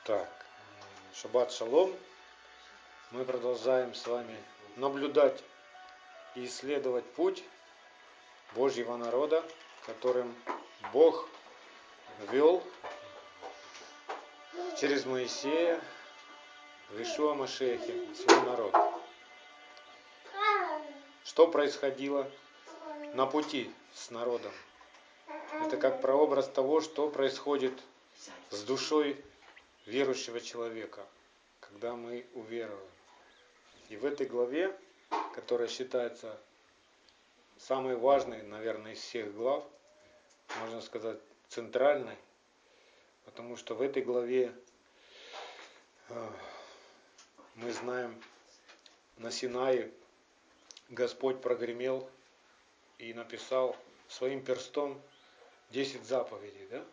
Так, шаббат шалом. Мы продолжаем с вами наблюдать и исследовать путь Божьего народа, которым Бог вел через Моисея в Иешуа Машиахе свой народ. Что происходило на пути с народом? Это как прообраз того, что происходит с душой верующего человека, когда мы уверуем. И в этой главе, которая считается самой важной, наверное, из всех глав, можно сказать, центральной, потому что в этой главе мы знаем, на Синае Господь прогремел и написал своим перстом 10 заповедей, да?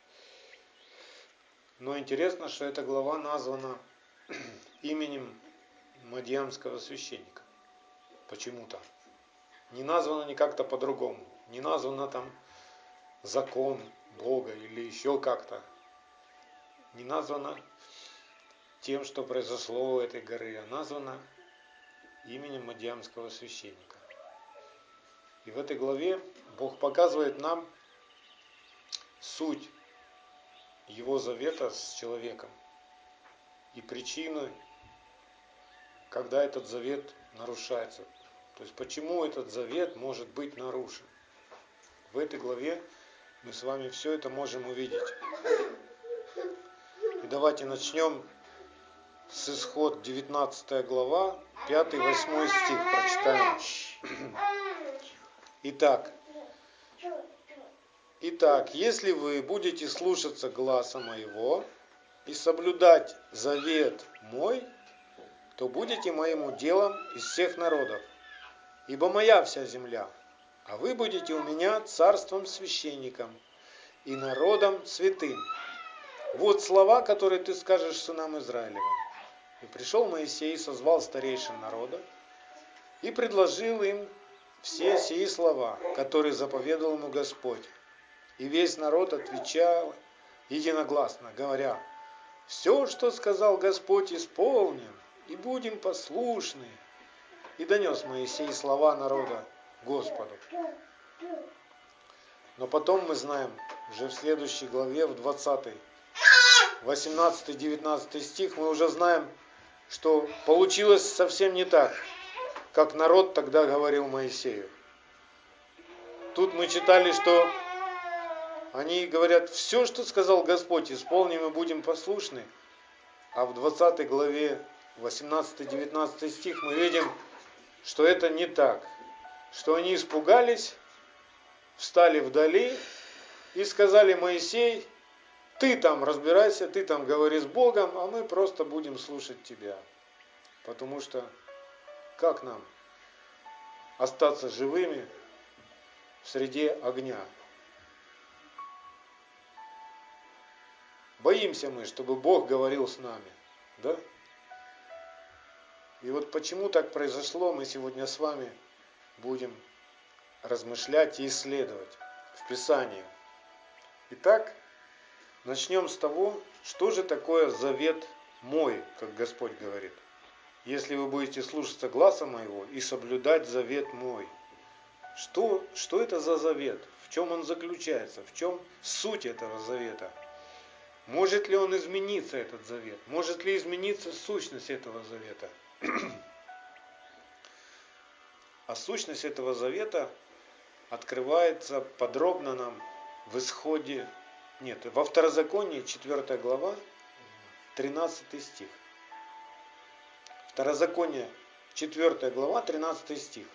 Но интересно, что эта глава названа именем мадьямского священника. Почему-то. Не названа не как-то по-другому. Не названа там закон Бога или еще как-то. Не названа тем, что произошло у этой горы, а названа именем мадьямского священника. И в этой главе Бог показывает нам суть Его завета с человеком и причины, когда этот завет нарушается. То есть почему этот завет может быть нарушен. В этой главе мы с вами все это можем увидеть. И давайте начнем с Исход 19 глава, 5-8 стих прочитаем. Итак, если вы будете слушаться гласа моего и соблюдать завет мой, то будете моим уделом из всех народов, ибо моя вся земля, а вы будете у меня царством священником и народом святым. Вот слова, которые ты скажешь сынам Израилевым. И пришел Моисей, созвал старейшин народа и предложил им все сии слова, которые заповедовал ему Господь. И весь народ отвечал единогласно, говоря: все, что сказал Господь, исполним, и будем послушны. И донес Моисей слова народа Господу. Но потом мы знаем, уже в следующей главе, в 20, 18-19 стих, мы уже знаем, что получилось совсем не так, как народ тогда говорил Моисею. Тут мы читали, что они говорят: все, что сказал Господь, исполним и будем послушны. А в 20 главе, 18-19 стих, мы видим, что это не так. Что они испугались, встали вдали и сказали: Моисей, ты там разбирайся, ты там говори с Богом, а мы просто будем слушать тебя. Потому что как нам остаться живыми в среде огня? Боимся мы, чтобы Бог говорил с нами. Да? И вот почему так произошло, мы сегодня с вами будем размышлять и исследовать в Писании. Итак, начнем с того, что же такое завет мой, как Господь говорит. Если вы будете слушаться гласа моего и соблюдать завет мой. Что это за завет? В чем он заключается? В чем суть этого завета? Может ли он измениться, этот завет? Может ли измениться сущность этого завета? А сущность этого завета открывается подробно нам во Второзаконии, 4 глава, 13 стих. Второзаконие, 4 глава, 13 стих.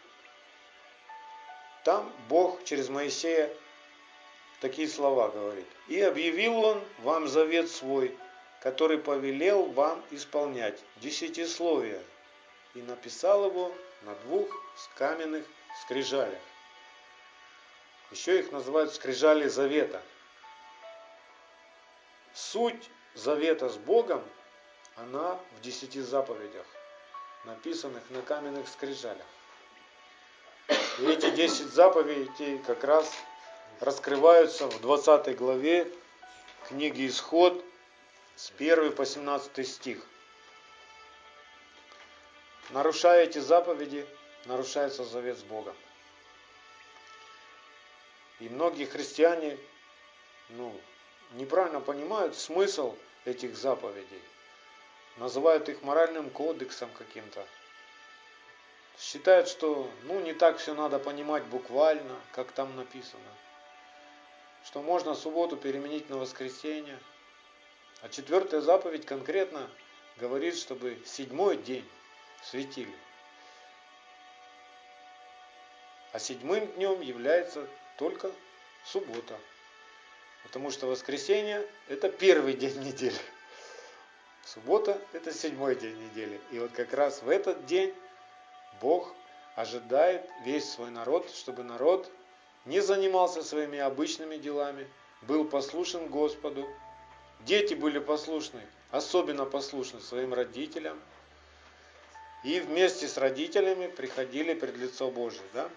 Там Бог через Моисея такие слова говорит. «И объявил он вам завет свой, который повелел вам исполнять, десятисловие, и написал его на 2 каменных скрижалях». Еще их называют скрижали завета. Суть завета с Богом, она в 10 заповедях, написанных на каменных скрижалях. И эти 10 заповедей как раз раскрываются в 20 главе книги Исход, с 1 по 17 стих. Нарушая эти заповеди, нарушается завет с Богом. И многие христиане неправильно понимают смысл этих заповедей. Называют их моральным кодексом каким-то. Считают, что не так все надо понимать буквально, как там написано. Что можно субботу переменить на воскресенье. А 4-я заповедь конкретно говорит, чтобы 7-й день светили. А 7-м днем является только суббота. Потому что воскресенье это 1-й день недели. Суббота это 7-й день недели. И вот как раз в этот день Бог ожидает весь свой народ, чтобы народ не занимался своими обычными делами, был послушен Господу. Дети были послушны, особенно послушны своим родителям. И вместе с родителями приходили пред лицо Божие. Да?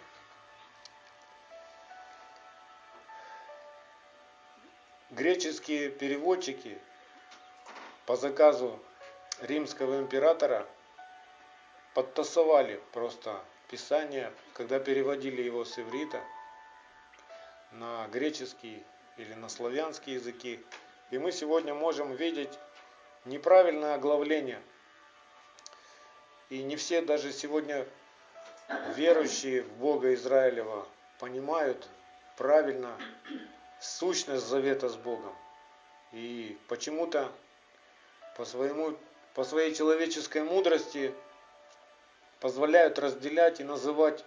Греческие переводчики по заказу римского императора подтасовали просто Писание, когда переводили его с иврита на греческий или на славянский языки. И мы сегодня можем видеть неправильное оглавление. И не все даже сегодня верующие в Бога Израилева понимают правильно сущность завета с Богом. И почему-то по своей человеческой мудрости позволяют разделять и называть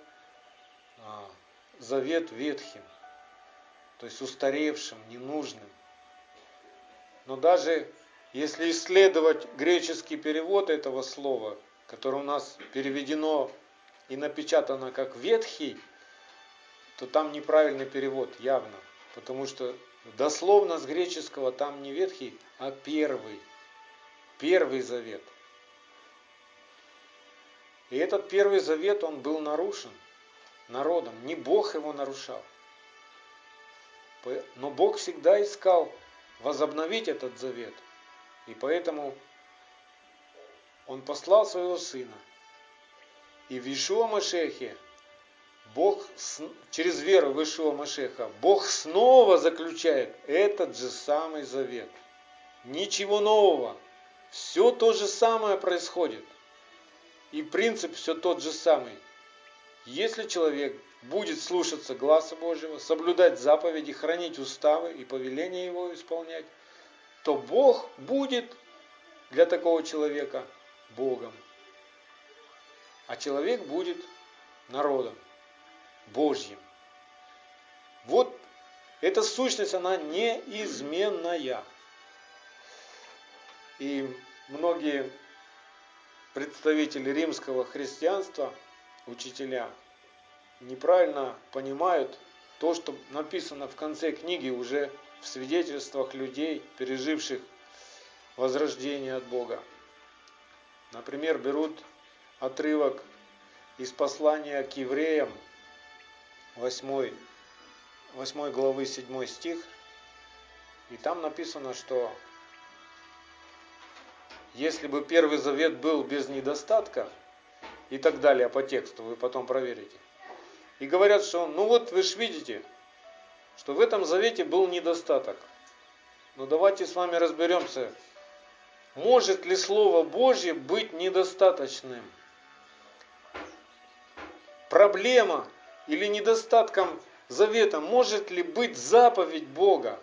завет ветхим, то есть устаревшим, ненужным. Но даже если исследовать греческий перевод этого слова, которое у нас переведено и напечатано как ветхий, то там неправильный перевод явно. Потому что дословно с греческого там не ветхий, а первый. Первый завет. И этот Первый Завет, он был нарушен народом. Не Бог его нарушал. Но Бог всегда искал возобновить этот завет. И поэтому Он послал Своего Сына. И в Иешуа Машехе, через веру в Иешуа Машеха, Бог снова заключает этот же самый завет. Ничего нового. Все то же самое происходит. И принцип все тот же самый. Если человек будет слушаться гласа Божьего, соблюдать заповеди, хранить уставы и повеления Его исполнять, то Бог будет для такого человека Богом. А человек будет народом Божьим. Вот эта сущность, она неизменная. И многие представители римского христианства, учителя, неправильно понимают то, что написано в конце книги уже в свидетельствах людей, переживших возрождение от Бога. Например, берут отрывок из послания к евреям, 8 главы 7 стих, и там написано, что если бы Первый Завет был без недостатка, и так далее по тексту, вы потом проверите. И говорят, что вот вы же видите, что в этом завете был недостаток. Но давайте с вами разберемся, может ли Слово Божье быть недостаточным? Проблема или недостатком завета может ли быть заповедь Бога?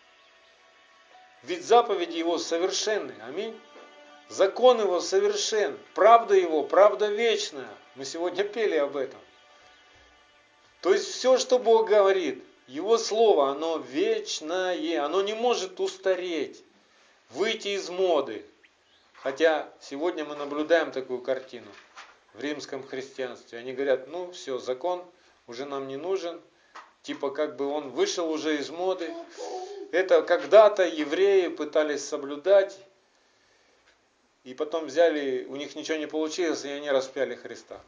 Ведь заповеди Его совершенны. Аминь. Закон Его совершен. Правда Его, правда вечная. Мы сегодня пели об этом. То есть все, что Бог говорит, Его Слово, оно вечное. Оно не может устареть, выйти из моды. Хотя сегодня мы наблюдаем такую картину в римском христианстве. Они говорят, все, закон уже нам не нужен. Типа как бы он вышел уже из моды. Это когда-то евреи пытались соблюдать. И потом взяли, у них ничего не получилось, и они распяли Христа.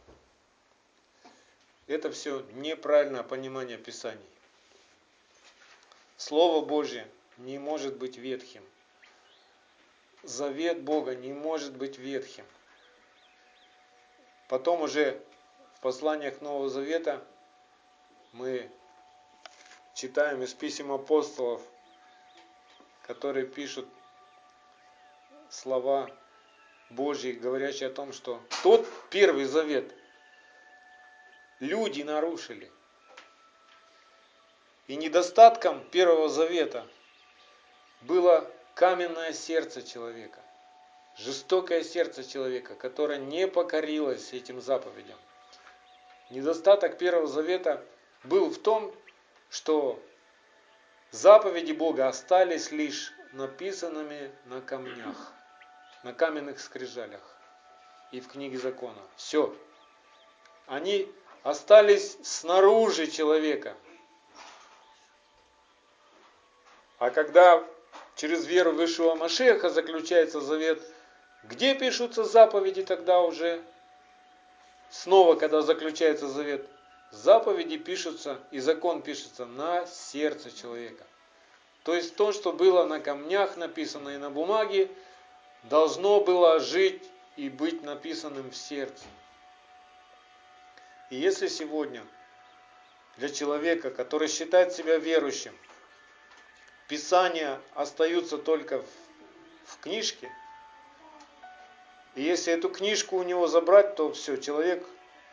Это все неправильное понимание Писаний. Слово Божье не может быть ветхим. завет Бога не может быть ветхим. Потом уже в посланиях Нового Завета мы читаем из писем апостолов, которые пишут слова Божьи, говорящие о том, что тот первый завет люди нарушили. И недостатком первого завета было каменное сердце человека, жестокое сердце человека, которое не покорилось этим заповедям. Недостаток первого завета был в том, что заповеди Бога остались лишь написанными на камнях, на каменных скрижалях и в книге закона. Все. Они остались снаружи человека. А когда через веру в Иешуа Машеха заключается завет, где пишутся заповеди тогда уже? Снова, когда заключается завет, заповеди пишутся и закон пишется на сердце человека. То есть то, что было на камнях написано и на бумаге, должно было жить и быть написанным в сердце. И если сегодня для человека, который считает себя верующим, Писания остаются только в книжке, и если эту книжку у него забрать, то все, человек,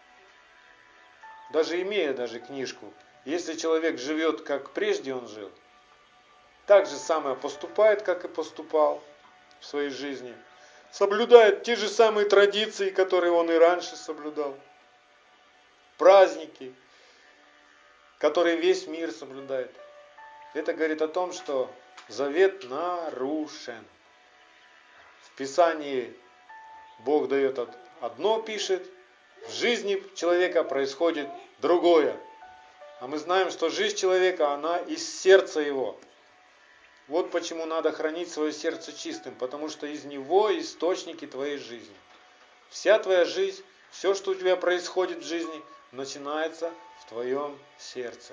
даже имея даже книжку, если человек живет, как прежде он жил, так же самое поступает, как и поступал в своей жизни, соблюдает те же самые традиции, которые он и раньше соблюдал, праздники, которые весь мир соблюдает. Это говорит о том, что завет нарушен. В Писании Бог дает одно, пишет, в жизни человека происходит другое. А мы знаем, что жизнь человека, она из сердца его. Вот почему надо хранить свое сердце чистым, потому что из него источники твоей жизни. Вся твоя жизнь, все, что у тебя происходит в жизни, начинается в твоем сердце.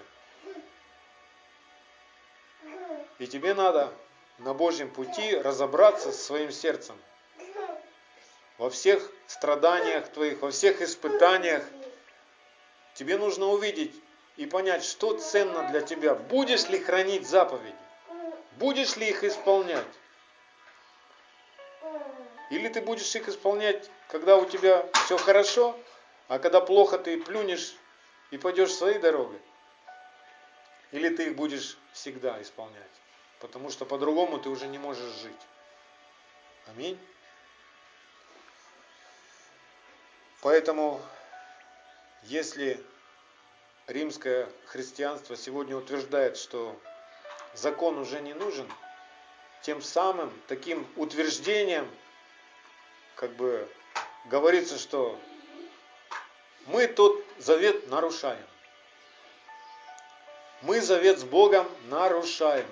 И тебе надо на Божьем пути разобраться со своим сердцем. Во всех страданиях твоих, во всех испытаниях тебе нужно увидеть и понять, что ценно для тебя. Будешь ли хранить заповеди? Будешь ли их исполнять? Или ты будешь их исполнять, когда у тебя все хорошо, а когда плохо ты плюнешь и пойдешь своей дорогой? Или ты их будешь всегда исполнять? Потому что по-другому ты уже не можешь жить. Аминь. Поэтому, если римское христианство сегодня утверждает, что закон уже не нужен, тем самым таким утверждением говорится, что мы тот завет нарушаем. Мы завет с Богом нарушаем.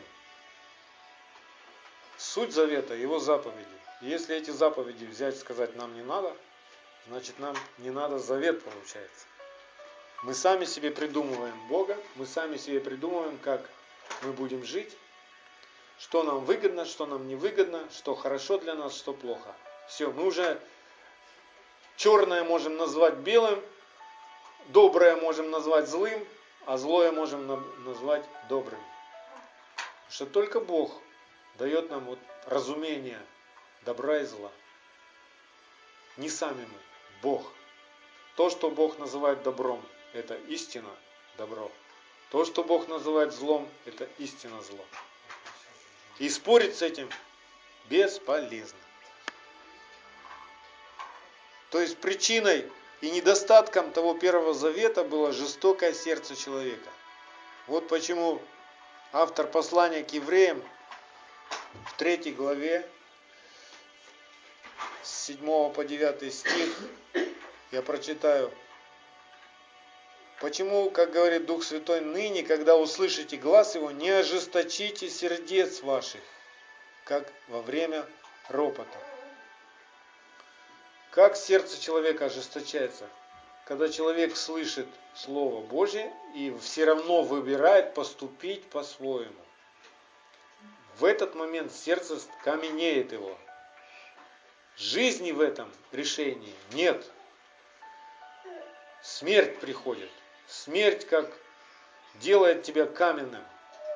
Суть завета, его заповеди. Если эти заповеди взять и сказать нам не надо, значит нам не надо завет, получается. Мы сами себе придумываем Бога, мы сами себе придумываем, как мы будем жить, что нам выгодно, что нам не выгодно, что хорошо для нас, что плохо. Все, мы уже черное можем назвать белым, доброе можем назвать злым, а злое можем назвать добрым. Что только Бог дает нам разумение добра и зла. Не сами мы, Бог. То, что Бог называет добром, это истина, добро. То, что Бог называет злом, это истина, зло. И спорить с этим бесполезно. То есть причиной и недостатком того первого завета было жестокое сердце человека. Вот почему автор послания к евреям в 3 главе с 7 по 9 стих я прочитаю. Почему, как говорит Дух Святой, ныне, когда услышите глас Его, не ожесточите сердец ваших, как во время ропота. Как сердце человека ожесточается? Когда человек слышит Слово Божье и все равно выбирает поступить по-своему. В этот момент сердце каменеет его. Жизни в этом решении нет. Смерть приходит. Смерть как делает тебя каменным.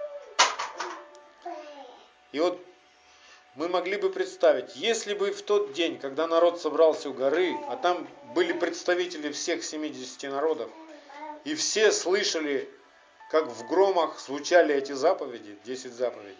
И вот мы могли бы представить, если бы в тот день, когда народ собрался у горы, а там были представители всех 70 народов, и все слышали, как в громах звучали эти заповеди, 10 заповедей,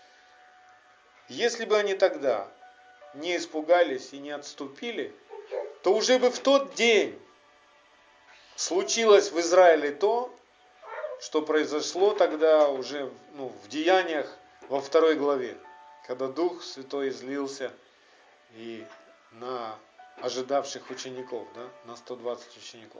если бы они тогда не испугались и не отступили, то уже бы в тот день случилось в Израиле то, что произошло тогда уже в Деяниях во 2 главе, когда Дух Святой излился и на ожидавших учеников, да, на 120 учеников.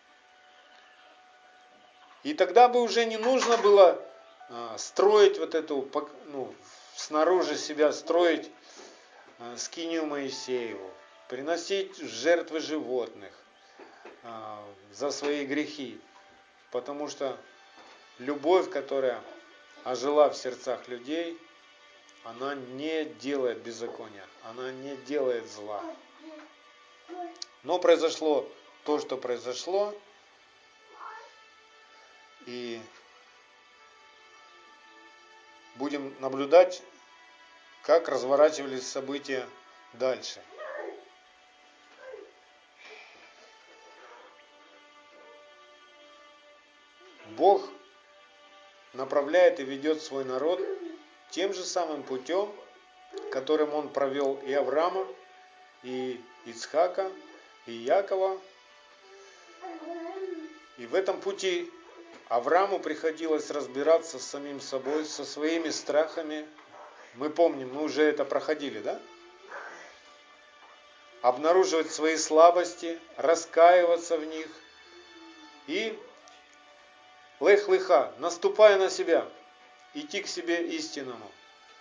И тогда бы уже не нужно было строить вот эту, снаружи себя строить скинию Моисееву, приносить жертвы животных за свои грехи, потому что любовь, которая ожила в сердцах людей, она не делает беззакония, она не делает зла. Но произошло то, что произошло, и будем наблюдать, как разворачивались события дальше. Бог направляет и ведет свой народ тем же самым путем, которым Он провел и Авраама, и Ицхака, и Якова. И в этом пути Аврааму приходилось разбираться с самим собой, со своими страхами. Мы помним, мы уже это проходили, да? Обнаруживать свои слабости, раскаиваться в них и лех-леха, наступая на себя, идти к себе истинному.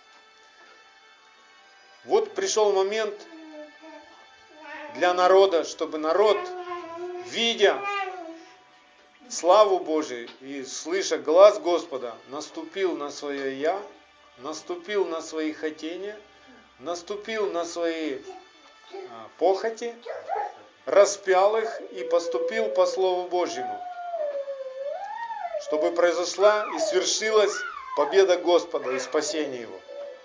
Вот пришел момент для народа, чтобы народ, видя славу Божию и слыша глаз Господа, наступил на свое «я», наступил на свои хотения, наступил на свои похоти, распял их и поступил по Слову Божьему, чтобы произошла и свершилась победа Господа и спасение Его.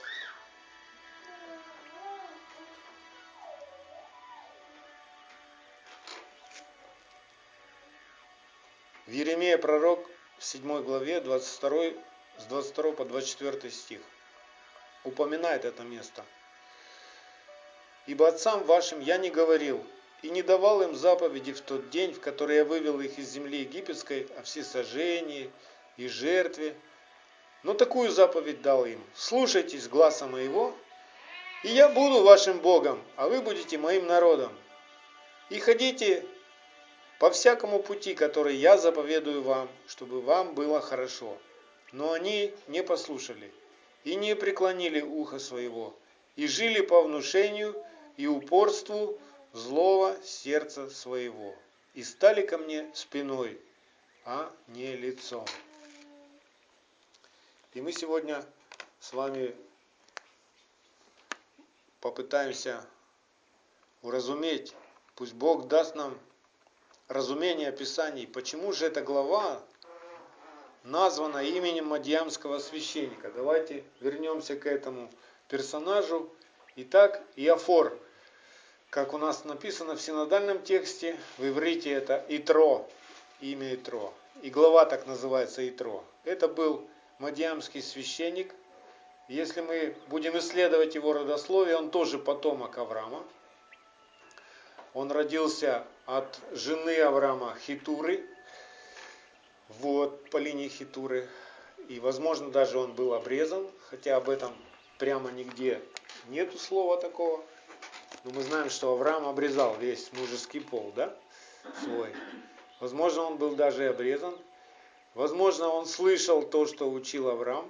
В Иеремии пророк в 7 главе 22, с 22 по 24 стих упоминает это место. «Ибо отцам вашим я не говорил и не давал им заповеди в тот день, в который я вывел их из земли египетской, о всесожжении и жертве. Но такую заповедь дал им: слушайтесь гласа моего, и я буду вашим Богом, а вы будете моим народом. И ходите по всякому пути, который я заповедую вам, чтобы вам было хорошо. Но они не послушали и не преклонили ухо своего, и жили по внушению и упорству злого сердца своего, и стали ко мне спиной, а не лицом». И мы сегодня с вами попытаемся уразуметь, пусть Бог даст нам разумение Писаний, почему же эта глава названа именем Мадьямского священника. Давайте вернемся к этому персонажу. Итак, Иофор, как у нас написано в синодальном тексте, в иврите это Итро, имя Итро. И глава так называется Итро. Это был Мадьямский священник. Если мы будем исследовать его родословие, он тоже потомок Авраама. Он родился от жены Авраама Хитуры, по линии Хитуры. И, возможно, даже он был обрезан, хотя об этом прямо нигде нету слова такого. Но мы знаем, что Авраам обрезал весь мужеский пол, да, свой. Возможно, он был даже обрезан. Возможно, он слышал то, что учил Авраам.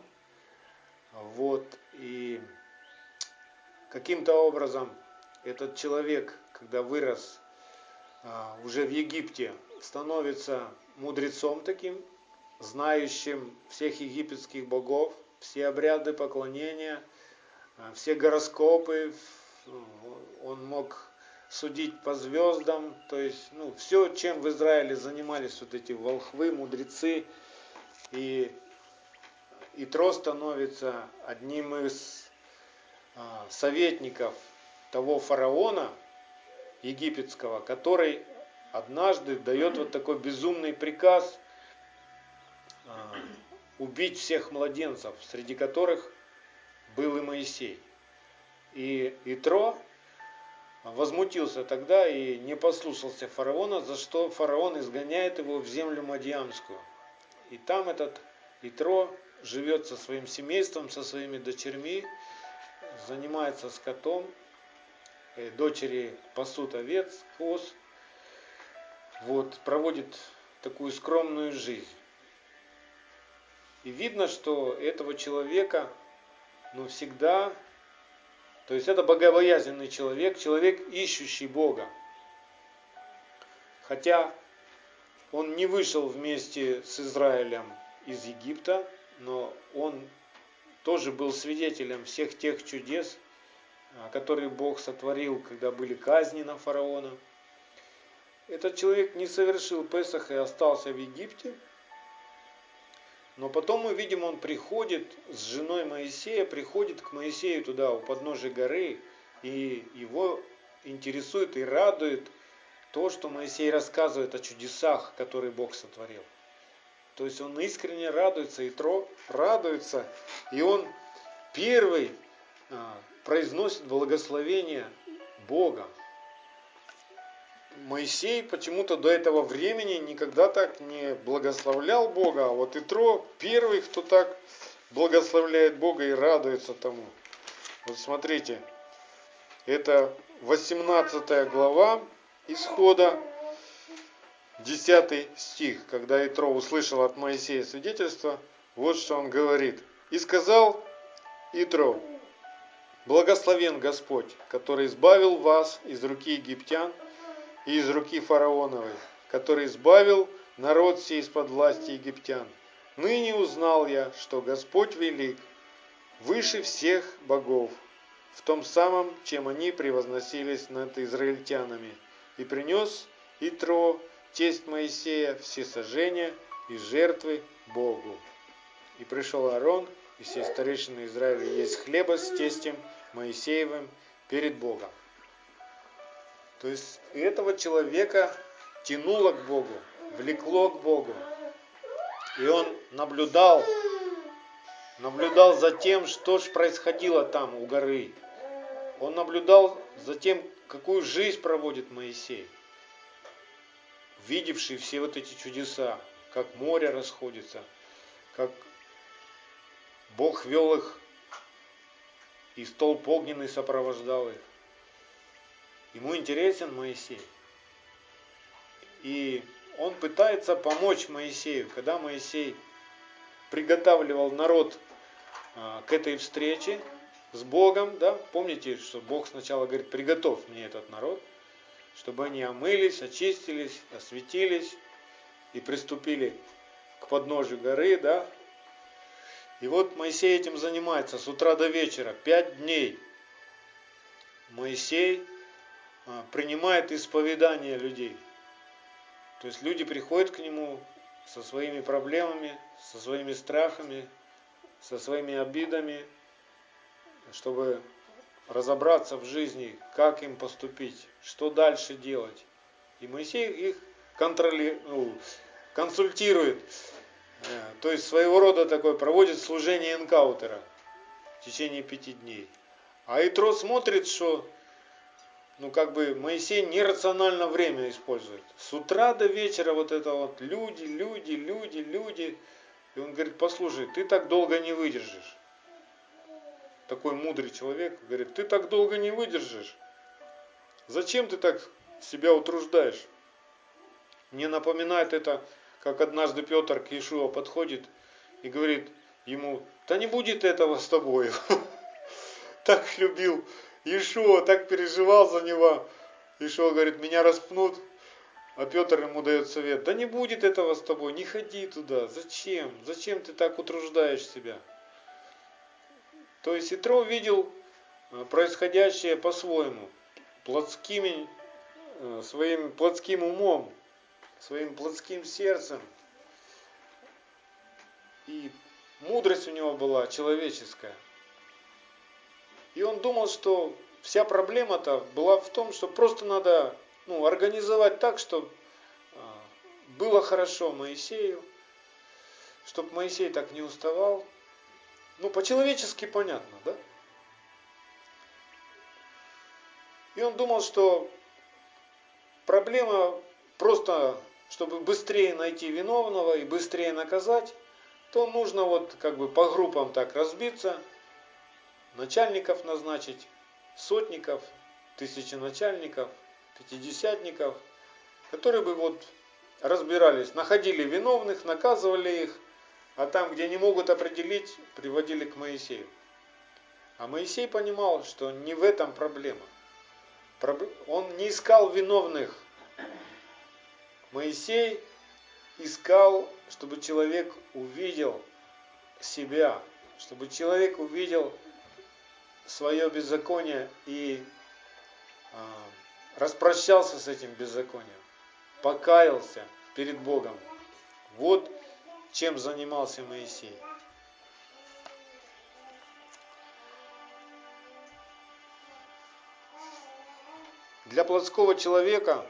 И каким-то образом этот человек, когда вырос уже в Египте, становится мудрецом таким, знающим всех египетских богов, все обряды поклонения, все гороскопы, он мог судить по звездам, то есть все, чем в Израиле занимались вот эти волхвы, мудрецы. И Итро становится одним из советников того фараона египетского, который однажды дает вот такой безумный приказ убить всех младенцев, среди которых был и Моисей. И Итро возмутился тогда и не послушался фараона, за что фараон изгоняет его в землю Мадьямскую. И там этот Итро живет со своим семейством, со своими дочерьми, занимается скотом, дочери пасут овец, коз, проводит такую скромную жизнь. И видно, что этого человека, всегда, то есть это богобоязненный человек, человек, ищущий Бога. Хотя он не вышел вместе с Израилем из Египта, но он тоже был свидетелем всех тех чудес, которые Бог сотворил, когда были казни на фараона. Этот человек не совершил Песах и остался в Египте. Но потом мы видим, он приходит с женой Моисея, приходит к Моисею туда, у подножия горы, и его интересует и радует то, что Моисей рассказывает о чудесах, которые Бог сотворил. То есть он искренне радуется, Итро радуется, и он первый произносит благословение Бога. Моисей почему-то до этого времени никогда так не благословлял Бога, а вот Итро первый, кто так благословляет Бога и радуется тому. Вот смотрите, это 18 глава Исхода, 10 стих, когда Итро услышал от Моисея свидетельство, вот что он говорит. «И сказал Итро: благословен Господь, который избавил вас из руки египтян и из руки фараоновой, который избавил народ сей из-под власти египтян. Ныне узнал я, что Господь велик, выше всех богов, в том самом, чем они превозносились над израильтянами. И принес Итро, тесть Моисея, всесожжения и жертвы Богу. И пришел Аарон и все старейшины Израиля есть хлеба с тестем Моисеевым перед Богом». То есть этого человека тянуло к Богу, влекло к Богу. И он наблюдал за тем, что же происходило там у горы. Он наблюдал за тем, какую жизнь проводит Моисей, видевший все вот эти чудеса, как море расходится, как Бог вел их, и столб огненный сопровождал их. Ему интересен Моисей. И он пытается помочь Моисею. Когда Моисей приготавливал народ к этой встрече с Богом, да, помните, что Бог сначала говорит: приготовь мне этот народ, чтобы они омылись, очистились, осветились и приступили к подножию горы, да. И вот Моисей этим занимается с утра до вечера, 5 дней. Моисей принимает исповедание людей. То есть люди приходят к нему со своими проблемами, со своими страхами, со своими обидами, чтобы разобраться в жизни, как им поступить, что дальше делать. И Моисей их консультирует. То есть своего рода такой проводит служение энкаутера в течение 5 дней. А Итро смотрит, что Моисей нерационально время использует. С утра до вечера вот это вот люди. И он говорит: послушай, ты так долго не выдержишь. Такой мудрый человек говорит: ты так долго не выдержишь. Зачем ты так себя утруждаешь? Мне напоминает это, как однажды Петр к Иешуа подходит и говорит ему: да не будет этого с тобой. Так любил Иешуа, так переживал за него. Иешуа говорит: меня распнут. А Петр ему дает совет: да не будет этого с тобой, не ходи туда. Зачем? Зачем ты так утруждаешь себя? То есть Итро видел происходящее по-своему, своим плотским умом, своим плотским сердцем. И мудрость у него была человеческая. И он думал, что вся проблема-то была в том, что просто надо организовать так, чтобы было хорошо Моисею, чтобы Моисей так не уставал. По-человечески понятно, да? И он думал, что проблема просто, чтобы быстрее найти виновного и быстрее наказать, то нужно по группам так разбиться, начальников назначить, сотников, тысяченачальников, пятидесятников, которые бы разбирались, находили виновных, наказывали их, а там, где не могут определить, приводили к Моисею. А Моисей понимал, что не в этом проблема. Он не искал виновных. Моисей искал, чтобы человек увидел себя, чтобы человек увидел свое беззаконие и распрощался с этим беззаконием, покаялся перед Богом. Вот чем занимался Моисей. Для плотского человека,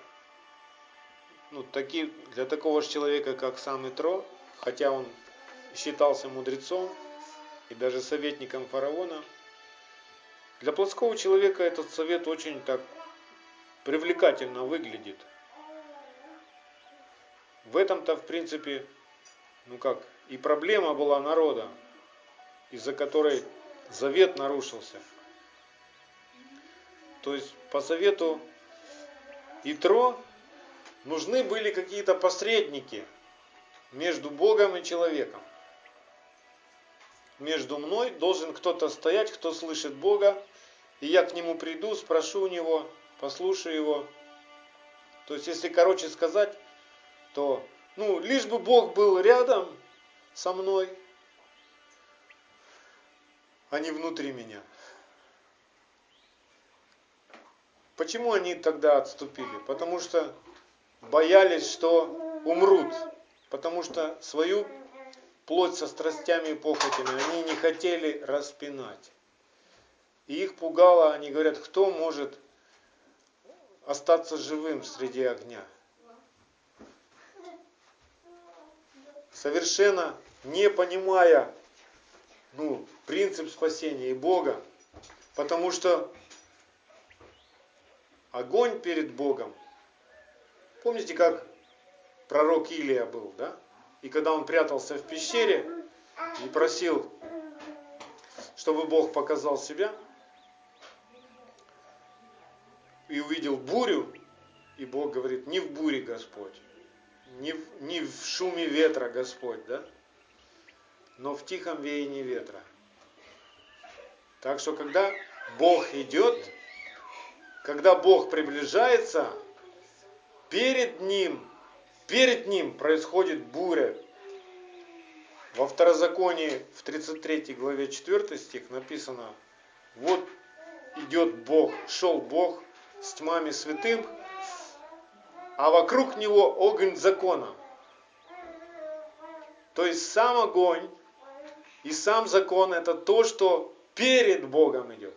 для такого же человека, как сам Итро, хотя он считался мудрецом и даже советником фараона, для плотского человека этот совет очень так привлекательно выглядит. В этом-то, в принципе, и проблема была народа, из-за которой завет нарушился. То есть, по совету Итро нужны были какие-то посредники между Богом и человеком. Между мной должен кто-то стоять, кто слышит Бога, и я к нему приду, спрошу у него, послушаю его. То есть, если короче сказать, то, лишь бы Бог был рядом со мной, а не внутри меня. Почему они тогда отступили? Потому что боялись, что умрут. Потому что свою плоть со страстями и похотями они не хотели распинать. И их пугало, они говорят, кто может остаться живым среди огня? Совершенно не понимая принцип спасения и Бога. Потому что огонь перед Богом. Помните, как пророк Илия был, да? И когда он прятался в пещере и просил, чтобы Бог показал себя, и увидел бурю, и Бог говорит, не в буре Господь, не в шуме ветра Господь, да? Но в тихом веянии ветра. Так что, когда Бог идет, когда Бог приближается, перед Ним происходит буря. Во Второзаконии, в 33 главе 4 стих написано, вот идет Бог, шел Бог с тьмами святым, а вокруг Него огонь закона. То есть сам огонь и сам закон это то, что перед Богом идет.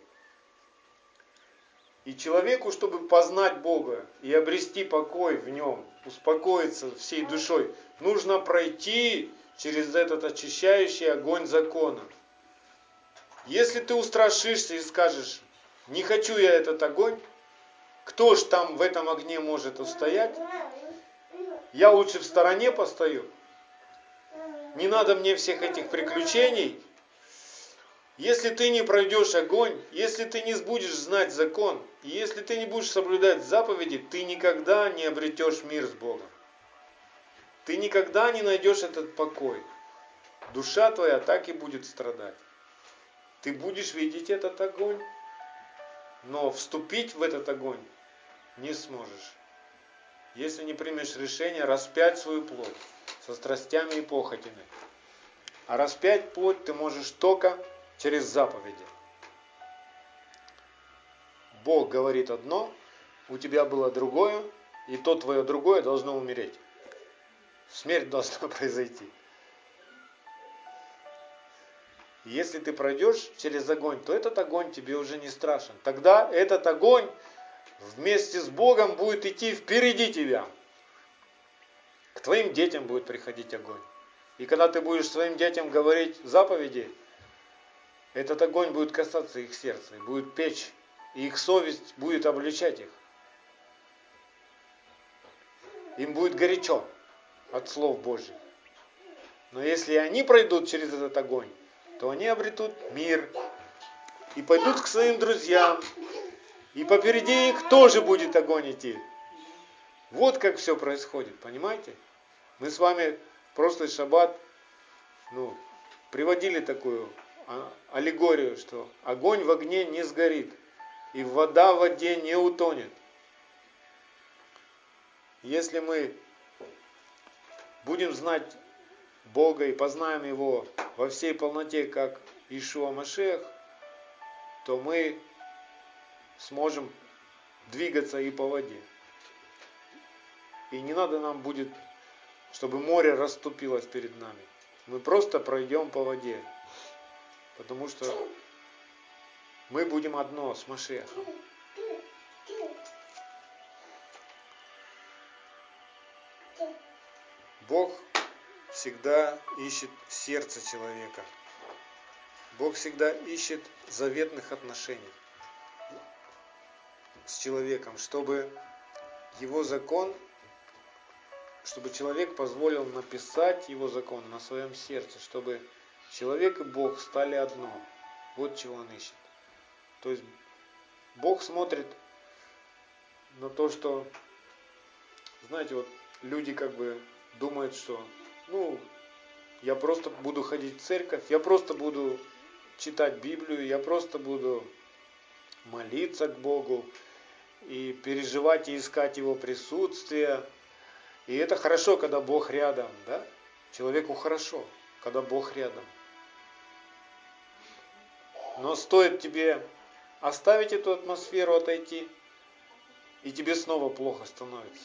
И человеку, чтобы познать Бога и обрести покой в Нем, успокоиться всей душой, нужно пройти через этот очищающий огонь закона. Если ты устрашишься и скажешь, не хочу я этот огонь, кто ж там в этом огне может устоять? Я лучше в стороне постою. Не надо мне всех этих приключений. Если ты не пройдешь огонь, если ты не будешь знать закон, и если ты не будешь соблюдать заповеди, ты никогда не обретешь мир с Богом. Ты никогда не найдешь этот покой. Душа твоя так и будет страдать. Ты будешь видеть этот огонь, но вступить в этот огонь не сможешь. Если не примешь решение распять свою плоть со страстями и похотями. А распять плоть ты можешь только через заповеди. Бог говорит одно, у тебя было другое, и то твое другое должно умереть. Смерть должна произойти. Если ты пройдешь через огонь, то этот огонь тебе уже не страшен. Тогда этот огонь вместе с Богом будет идти впереди тебя. К твоим детям будет приходить огонь. И когда ты будешь своим детям говорить заповеди, этот огонь будет касаться их сердца, и будет печь, и их совесть будет обличать их. Им будет горячо от слов Божьих. Но если они пройдут через этот огонь, то они обретут мир и пойдут к своим друзьям. И попереди их тоже будет огонь идти. Вот как все происходит, понимаете? Мы с вами в прошлый шаббат приводили такую аллегорию, что огонь в огне не сгорит, и вода в воде не утонет. Если мы будем знать Бога и познаем Его во всей полноте, как Иешуа Машиах, то мы сможем двигаться и по воде. И не надо нам будет, чтобы море расступилось перед нами. Мы просто пройдем по воде. Потому что мы будем одно с Машиахом. Бог всегда ищет сердце человека. Бог всегда ищет заветных отношений с человеком, чтобы его закон, чтобы человек позволил написать его закон на своем сердце, чтобы человек и Бог стали одно. Вот чего он ищет. То есть Бог смотрит на то, что, знаете, вот люди как бы думают, что я просто буду ходить в церковь, я просто буду читать Библию, я просто буду молиться к Богу и переживать и искать Его присутствие. И это хорошо, когда Бог рядом, да? Человеку хорошо, когда Бог рядом. Но стоит тебе оставить эту атмосферу, отойти, и тебе снова плохо становится.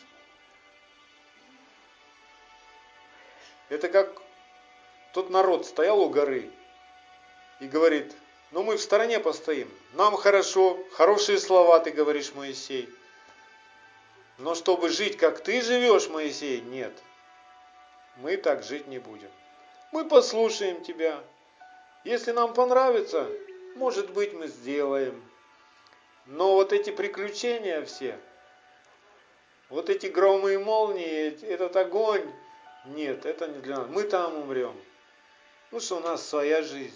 Это как тот народ стоял у горы и говорит: мы в стороне постоим, нам хорошо, хорошие слова ты говоришь, Моисей. Но чтобы жить, как ты живешь, Моисей, нет. Мы так жить не будем. Мы послушаем тебя. Если нам понравится, может быть, мы сделаем. Но вот эти приключения все, вот эти громы и молнии, этот огонь, нет, это не для нас. Мы там умрем. Что у нас своя жизнь.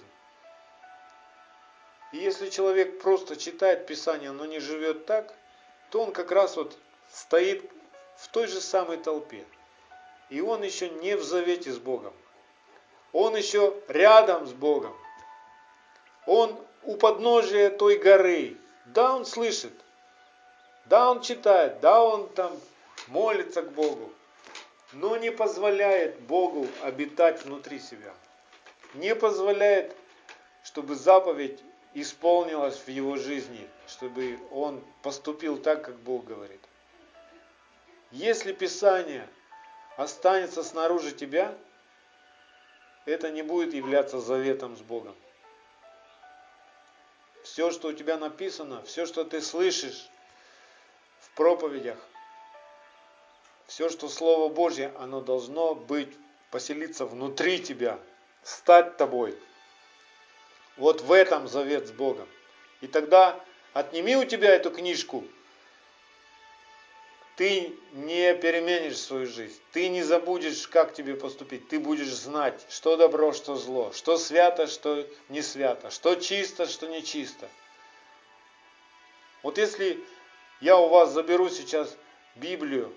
И если человек просто читает Писание, но не живет так, то он как раз вот стоит в той же самой толпе. И он еще не в завете с Богом. Он еще рядом с Богом. Он у подножия той горы. Да, он слышит. Да, он читает. Да, он там молится к Богу. Но не позволяет Богу обитать внутри себя. Не позволяет, чтобы заповедь исполнилась в его жизни. Чтобы он поступил так, как Бог говорит. Если Писание останется снаружи тебя, это не будет являться заветом с Богом. Все, что у тебя написано, все, что ты слышишь в проповедях, все, что Слово Божье, оно должно быть, поселиться внутри тебя, стать тобой. Вот в этом завет с Богом. И тогда отними у тебя эту книжку, ты не переменишь свою жизнь, ты не забудешь, как тебе поступить, ты будешь знать, что добро, что зло, что свято, что не свято, что чисто, что не чисто. Вот если я у вас заберу сейчас Библию,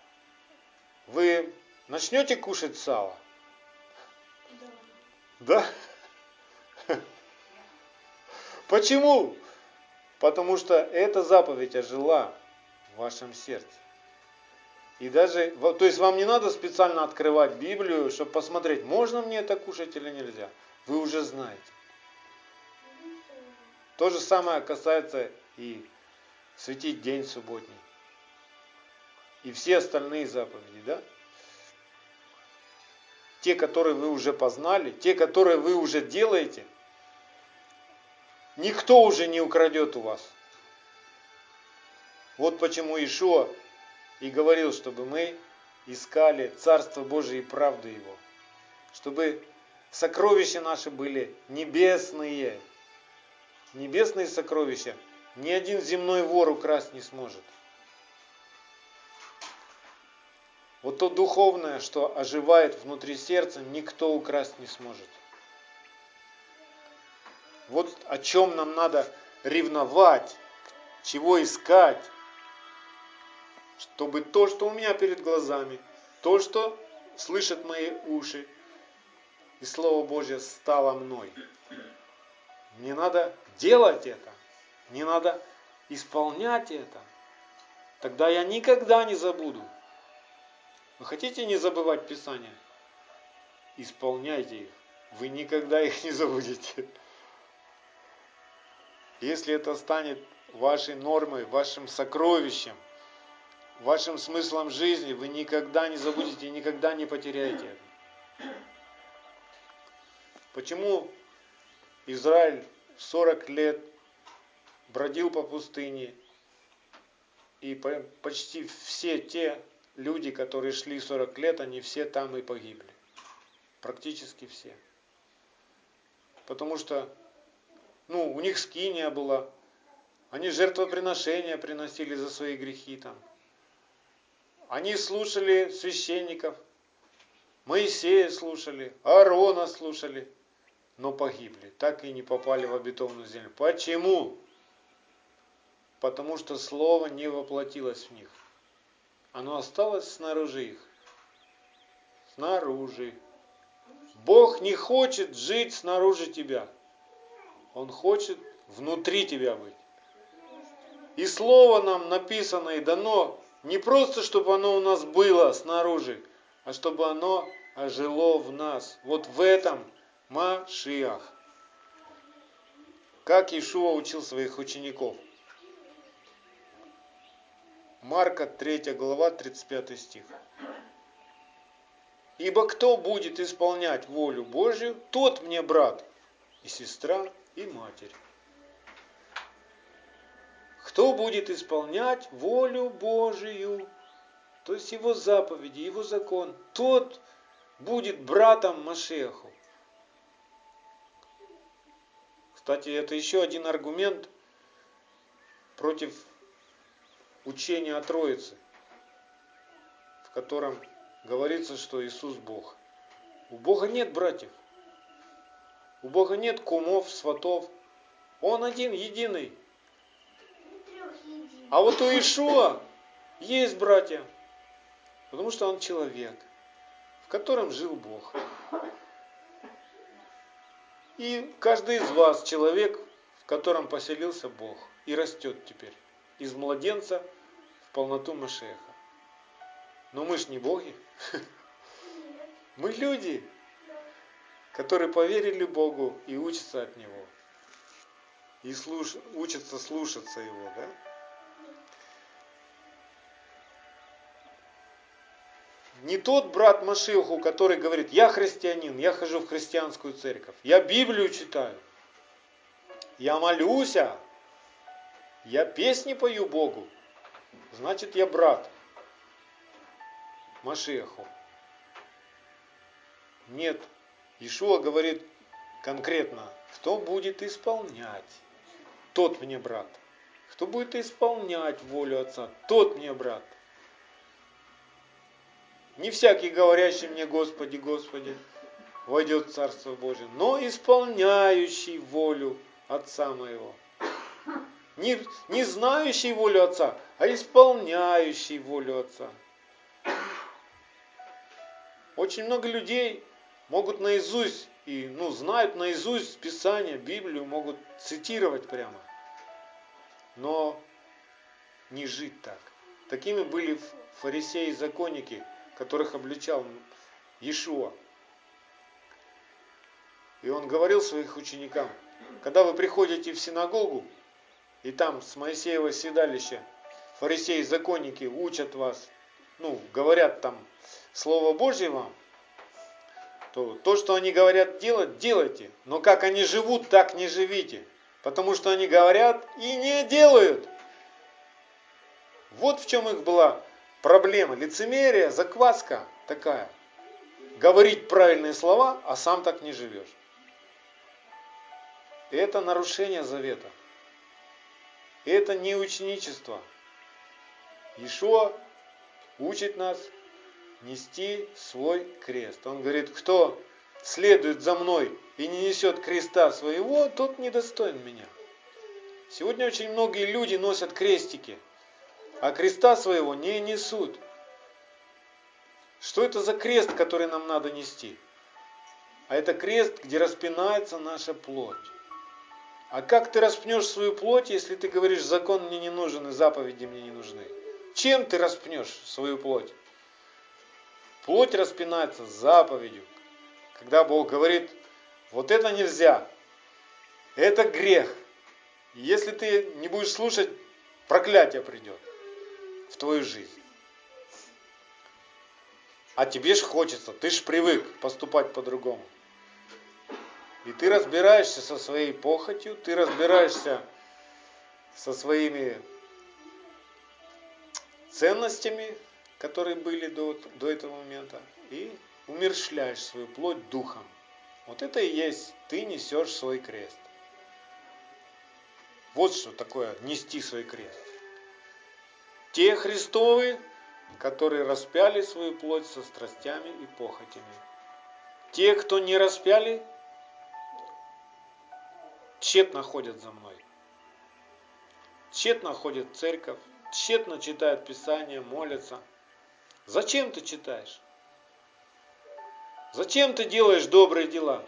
вы начнете кушать сало? Да? Почему? Потому что эта заповедь ожила в вашем сердце. И даже, то есть вам не надо специально открывать Библию, чтобы посмотреть, можно мне это кушать или нельзя. Вы уже знаете. То же самое касается и светить день субботний. И все остальные заповеди, да? Те, которые вы уже познали, те, которые вы уже делаете, никто уже не украдет у вас. Вот почему Иешуа и говорил, чтобы мы искали Царство Божие и правду Его. Чтобы сокровища наши были небесные. Небесные сокровища ни один земной вор украсть не сможет. Вот то духовное, что оживает внутри сердца, никто украсть не сможет. Вот о чем нам надо ревновать, чего искать, чтобы то, что у меня перед глазами, то, что слышат мои уши, и Слово Божье стало мной. Мне надо делать это, мне надо исполнять это. Тогда я никогда не забуду. Вы хотите не забывать Писание? Исполняйте их. Вы никогда их не забудете. Если это станет вашей нормой, вашим сокровищем, вашим смыслом жизни, вы никогда не забудете и никогда не потеряете это. Почему Израиль 40 лет бродил по пустыне, и почти все те люди, которые шли 40 лет, они все там и погибли. Практически все. Потому что у них скиния была, они жертвоприношения приносили за свои грехи там. Они слушали священников, Моисея слушали, Аарона слушали, но погибли, так и не попали в обетованную землю. Почему? Потому что Слово не воплотилось в них. Оно осталось снаружи их. Снаружи. Бог не хочет жить снаружи тебя. Он хочет внутри тебя быть. И Слово нам написано и дано не просто, чтобы оно у нас было снаружи, а чтобы оно ожило в нас. Вот в этом Машиах. Как Иешуа учил своих учеников. Марка 3 глава, 35 стих. Ибо кто будет исполнять волю Божью, тот мне брат и сестра и матерь. Кто будет исполнять волю Божию, то есть Его заповеди, Его закон, тот будет братом Машиаху. Кстати, это еще один аргумент против учения о Троице, в котором говорится, что Иисус Бог. У Бога нет братьев. У Бога нет кумов, сватов. Он один, единый. А вот у Иешуа есть братья, потому что он человек, в котором жил Бог. И каждый из вас человек, в котором поселился Бог и растет теперь из младенца в полноту Машиаха. Но мы ж не боги. Мы люди, которые поверили Богу и учатся от Него. И учатся слушаться Его, да? Не тот брат Машиаху, который говорит, я христианин, я хожу в христианскую церковь, я Библию читаю, я молюсь, я песни пою Богу, значит я брат Машиаху. Нет, Иешуа говорит конкретно, кто будет исполнять, тот мне брат. Кто будет исполнять волю Отца, тот мне брат. Не всякий, говорящий мне Господи, Господи, войдет в Царство Божие, но исполняющий волю Отца моего. Не знающий волю Отца, а исполняющий волю Отца. Очень много людей могут наизусть, знают наизусть Писание, Библию, могут цитировать прямо, но не жить так. Такими были фарисеи и законники, которых обличал Иешуа. И он говорил своим ученикам, когда вы приходите в синагогу, и там с Моисеева седалища фарисеи, законники учат вас, говорят там Слово Божье вам, то, что они говорят делать, делайте. Но как они живут, так не живите. Потому что они говорят и не делают. Вот в чем их была проблема. Лицемерие, закваска такая. Говорить правильные слова, а сам так не живешь. И это нарушение завета. И это не ученичество. Иешуа учит нас нести свой крест. Он говорит, кто следует за мной и не несет креста своего, тот недостоин меня. Сегодня очень многие люди носят крестики, а креста своего не несут. Что это за крест, который нам надо нести? А это крест, где распинается наша плоть. А как ты распнешь свою плоть, если ты говоришь, закон мне не нужен и заповеди мне не нужны? Чем ты распнешь свою плоть? Плоть распинается заповедью. Когда Бог говорит, вот это нельзя, это грех. И если ты не будешь слушать, проклятие придет в твою жизнь. А тебе ж хочется, ты ж привык поступать по-другому. И ты разбираешься со своей похотью, ты разбираешься со своими ценностями, которые были до этого момента, и умерщвляешь свою плоть духом. Вот это и есть, ты несешь свой крест. Вот что такое нести свой крест. Те Христовы, которые распяли свою плоть со страстями и похотями. Те, кто не распяли, тщетно ходят за мной. Тщетно ходят в церковь, тщетно читают Писание, молятся. Зачем ты читаешь? Зачем ты делаешь добрые дела?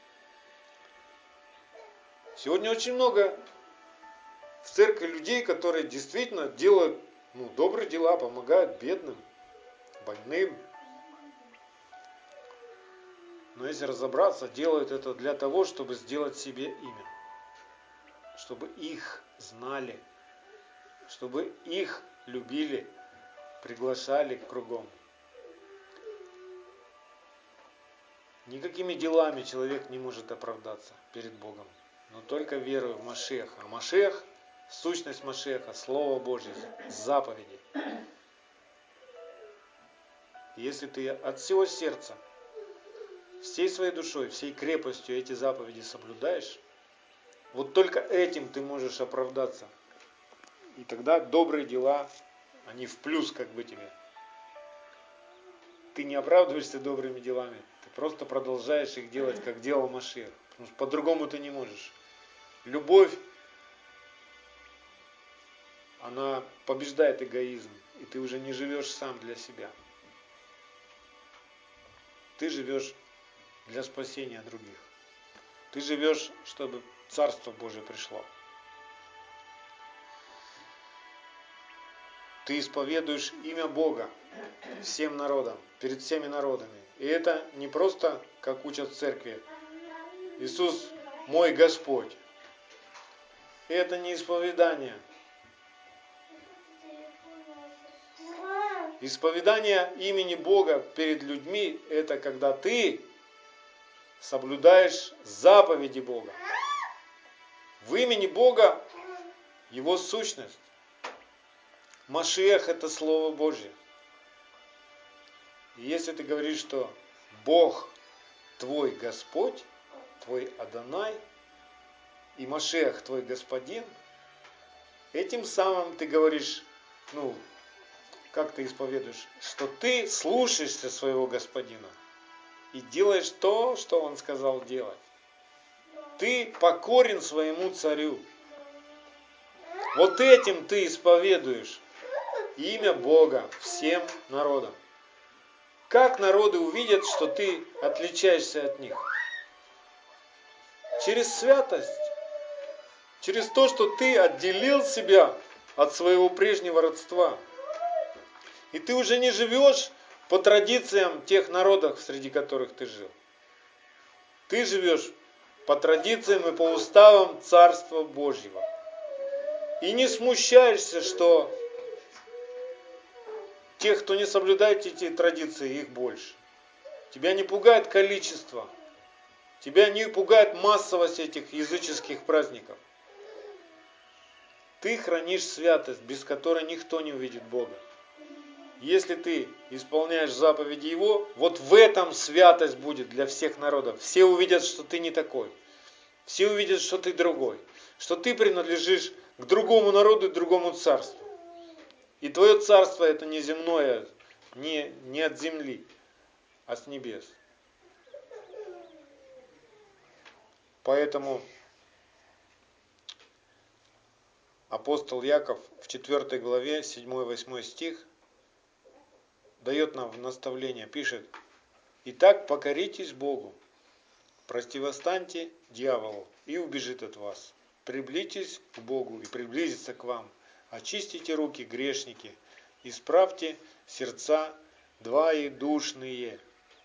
Сегодня очень много в церкви людей, которые действительно делают добрые дела, помогают бедным, больным. Но если разобраться, делают это для того, чтобы сделать себе имя. Чтобы их знали, чтобы их любили, приглашали кругом. Никакими делами человек не может оправдаться перед Богом, но только верой в Машеха. А Машех, сущность Машеха, Слово Божье, заповеди. Если ты от всего сердца, всей своей душой, всей крепостью эти заповеди соблюдаешь, вот только этим ты можешь оправдаться. И тогда добрые дела, они в плюс как бы тебе. Ты не оправдываешься добрыми делами, ты просто продолжаешь их делать, как делал Машех. Потому что по-другому ты не можешь. Любовь, она побеждает эгоизм, и ты уже не живешь сам для себя. Ты живешь для спасения других. Ты живешь, чтобы Царство Божие пришло. Ты исповедуешь имя Бога всем народам, перед всеми народами. И это не просто, как учат в церкви, Иисус мой Господь. Это не исповедание. Исповедание имени Бога перед людьми, это когда ты соблюдаешь заповеди Бога. В имени Бога Его сущность. Машиах – это Слово Божье. И если ты говоришь, что Бог твой Господь, твой Адонай, и Машиах твой Господин, этим самым ты говоришь, как ты исповедуешь, что ты слушаешься своего Господина и делаешь то, что Он сказал делать. Ты покорен своему царю. Вот этим ты исповедуешь имя Бога всем народам. Как народы увидят, что ты отличаешься от них? Через святость. Через то, что ты отделил себя от своего прежнего родства. И ты уже не живешь по традициям тех народов, среди которых ты жил. Ты живешь по традициям и по уставам Царства Божьего. И не смущаешься, что тех, кто не соблюдает эти традиции, их больше. Тебя не пугает количество. Тебя не пугает массовость этих языческих праздников. Ты хранишь святость, без которой никто не увидит Бога. Если ты исполняешь заповеди Его, вот в этом святость будет для всех народов. Все увидят, что ты не такой. Все увидят, что ты другой. Что ты принадлежишь к другому народу и другому царству. И твое царство это не земное, не от земли, а с небес. Поэтому апостол Яков в 4 главе 7-8 стих дает нам наставление, пишет: «Итак, покоритесь Богу, противостаньте дьяволу, и убежит от вас. Приблизьтесь к Богу, и приблизится к вам. Очистите руки, грешники, исправьте сердца двоедушные».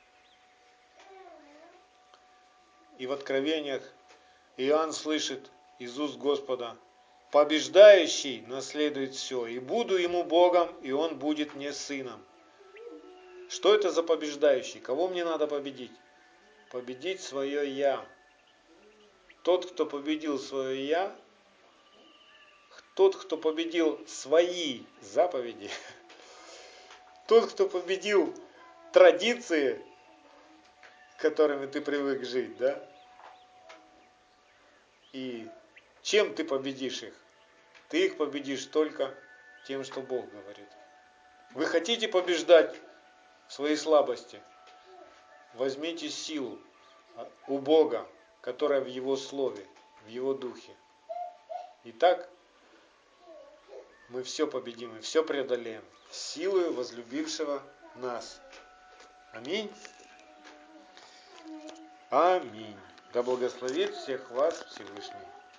И в Откровениях Иоанн слышит из уст Господа: «Побеждающий наследует все, и буду ему Богом, и он будет мне сыном». Что это за побеждающий? Кого мне надо победить? Победить свое «я». Тот, кто победил свое «я», тот, кто победил свои заповеди, тот, кто победил традиции, которыми ты привык жить, да? И чем ты победишь их? Ты их победишь только тем, что Бог говорит. Вы хотите побеждать свои слабости? Возьмите силу у Бога, которая в Его Слове, в Его Духе. Итак, мы все победим и все преодолеем силою возлюбившего нас. Аминь. Аминь. Да благословит всех вас Всевышний.